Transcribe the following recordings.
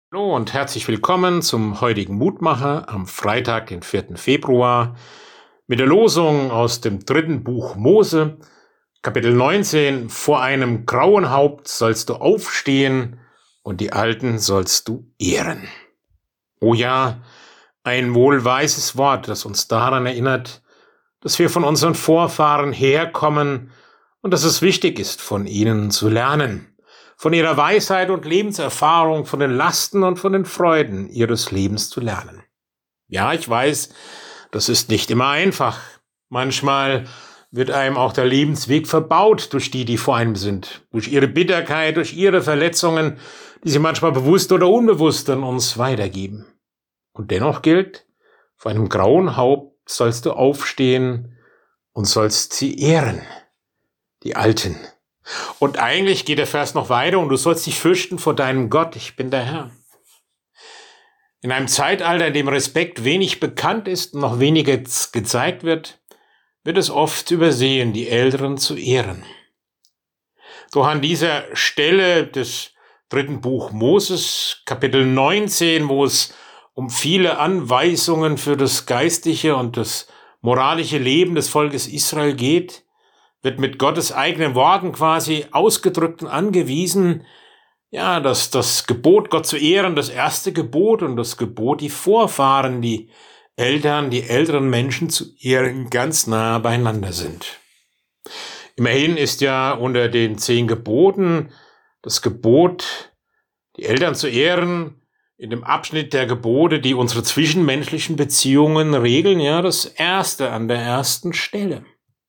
Hallo und herzlich willkommen zum heutigen Mutmacher am Freitag, den 4. Februar, mit der Losung aus dem 3. Buch Mose, Kapitel 19. Vor einem grauen Haupt sollst du aufstehen und die Alten sollst du ehren. Oh ja, ein wohlweises Wort, das uns daran erinnert, dass wir von unseren Vorfahren herkommen und dass es wichtig ist, von ihnen zu lernen. Von ihrer Weisheit und Lebenserfahrung, von den Lasten und von den Freuden ihres Lebens zu lernen. Ja, ich weiß, das ist nicht immer einfach. Manchmal wird einem auch der Lebensweg verbaut durch die vor einem sind, durch ihre Bitterkeit, durch ihre Verletzungen, die sie manchmal bewusst oder unbewusst an uns weitergeben. Und dennoch gilt, vor einem grauen Haupt sollst du aufstehen und sollst sie ehren, die Alten. Und eigentlich geht der Vers noch weiter und du sollst dich fürchten vor deinem Gott, ich bin der Herr. In einem Zeitalter, in dem Respekt wenig bekannt ist und noch weniger gezeigt wird, wird es oft übersehen, die Älteren zu ehren. Doch an dieser Stelle des 3. Buch Moses, Kapitel 19, wo es um viele Anweisungen für das geistliche und das moralische Leben des Volkes Israel geht, wird mit Gottes eigenen Worten quasi ausgedrückt und angewiesen, ja, dass das Gebot, Gott zu ehren, das erste Gebot und das Gebot, die Vorfahren, die Eltern, die älteren Menschen zu ehren, ganz nah beieinander sind. Immerhin ist ja unter den 10 Geboten das Gebot, die Eltern zu ehren, in dem Abschnitt der Gebote, die unsere zwischenmenschlichen Beziehungen regeln, ja, das erste an der ersten Stelle.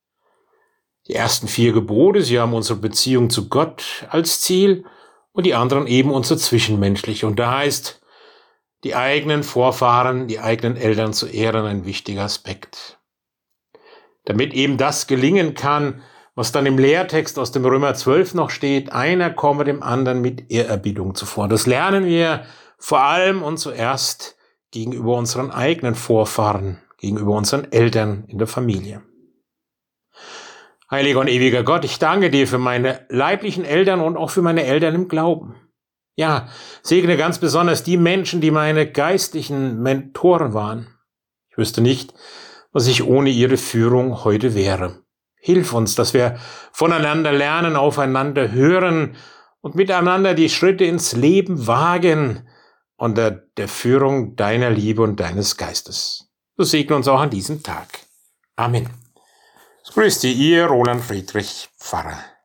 Die ersten 4 Gebote, sie haben unsere Beziehung zu Gott als Ziel und die anderen eben unsere zwischenmenschliche. Und da heißt, die eigenen Vorfahren, die eigenen Eltern zu ehren, ein wichtiger Aspekt. Damit eben das gelingen kann, was dann im Lehrtext aus dem Römer 12 noch steht, einer komme dem anderen mit Ehrerbietung zuvor. Das lernen wir vor allem und zuerst gegenüber unseren eigenen Vorfahren, gegenüber unseren Eltern in der Familie. Heiliger und ewiger Gott, ich danke dir für meine leiblichen Eltern und auch für meine Eltern im Glauben. Ja, segne ganz besonders die Menschen, die meine geistlichen Mentoren waren. Ich wüsste nicht, was ich ohne ihre Führung heute wäre. Hilf uns, dass wir voneinander lernen, aufeinander hören und miteinander die Schritte ins Leben wagen unter der Führung deiner Liebe und deines Geistes. So segne uns auch an diesem Tag. Amen. Grüß dich, ihr Roland Friedrich, Pfarrer.